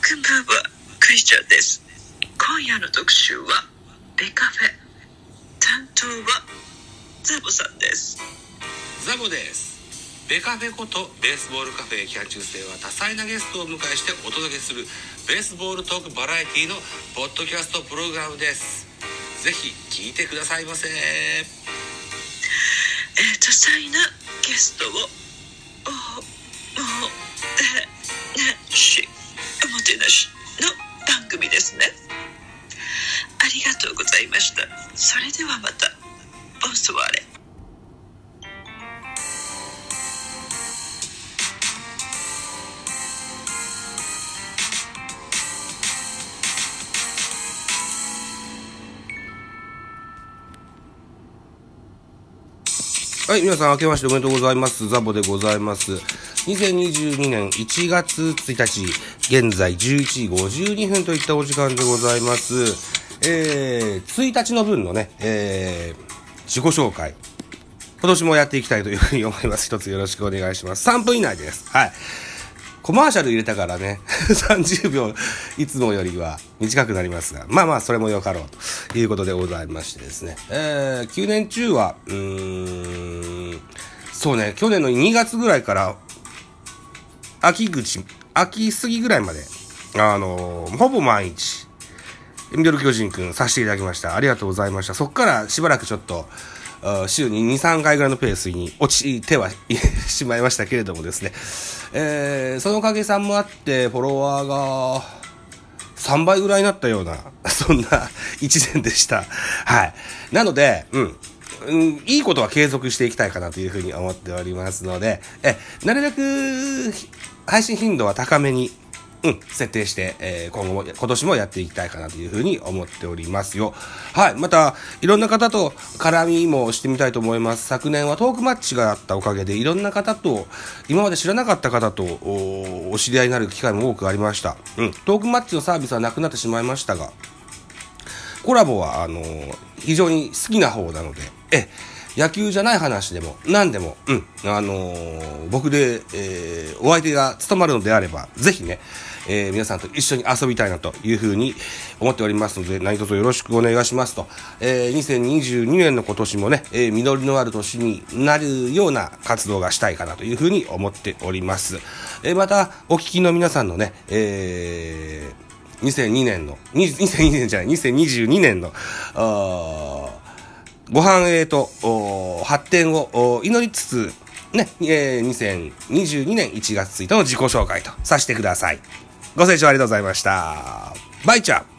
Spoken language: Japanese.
こんばんは、クリスチャンです。今夜の特集はベカフェ、担当はザボさんです。 ザボです。ベカフェことベースボールカフェ期間中世は多彩なゲストをお迎えしてお届けするベースボールトークバラエティのポッドキャストプログラムです。ぜひ聞いてくださいませ。 多彩なゲストをおもてなしの番組ですね。ありがとうございました。それではまた。ボンソワーレ。 はい、皆さん明けましておめでとうございます。ザボでございます。2022年1月1日、現在11時52分といったお時間でございます。1日の分のね、自己紹介。今年もやっていきたいというふうに思います。一つよろしくお願いします。3分以内です。はい。コマーシャル入れたからね、30秒いつもよりは短くなりますが、まあそれもよかろうということでございましてですね。9年中は、そうね、去年の2月ぐらいから、秋過ぎぐらいまで、ほぼ毎日、ミドル巨人くんさせていただきました。ありがとうございました。そっからしばらくちょっと、週に2、3回ぐらいのペースに落ちてはしまいましたけれどもですね。そのおかげさんもあって、フォロワーが3倍ぐらいになったような、そんな一年でした。はい。なので、いいことは継続していきたいかなというふうに思っておりますので、なるべく配信頻度は高めに、設定して、今年もやっていきたいかなというふうに思っておりますよ。はい。また、いろんな方と絡みもしてみたいと思います。昨年はトークマッチがあったおかげで、いろんな方と、今まで知らなかった方とお知り合いになる機会も多くありました。トークマッチのサービスはなくなってしまいましたが、コラボは、非常に好きな方なので、野球じゃない話でも何でも、僕で、お相手が務まるのであれば、ぜひね、皆さんと一緒に遊びたいなというふうに思っておりますので、何卒よろしくお願いしますと。2022年の今年もね、実りのある年になるような活動がしたいかなというふうに思っております。また、お聞きの皆さんのね、2022年の、ご繁栄と発展を祈りつつ、ね、2022年1月1日の自己紹介とさせてください。ご清聴ありがとうございました。バイチャー。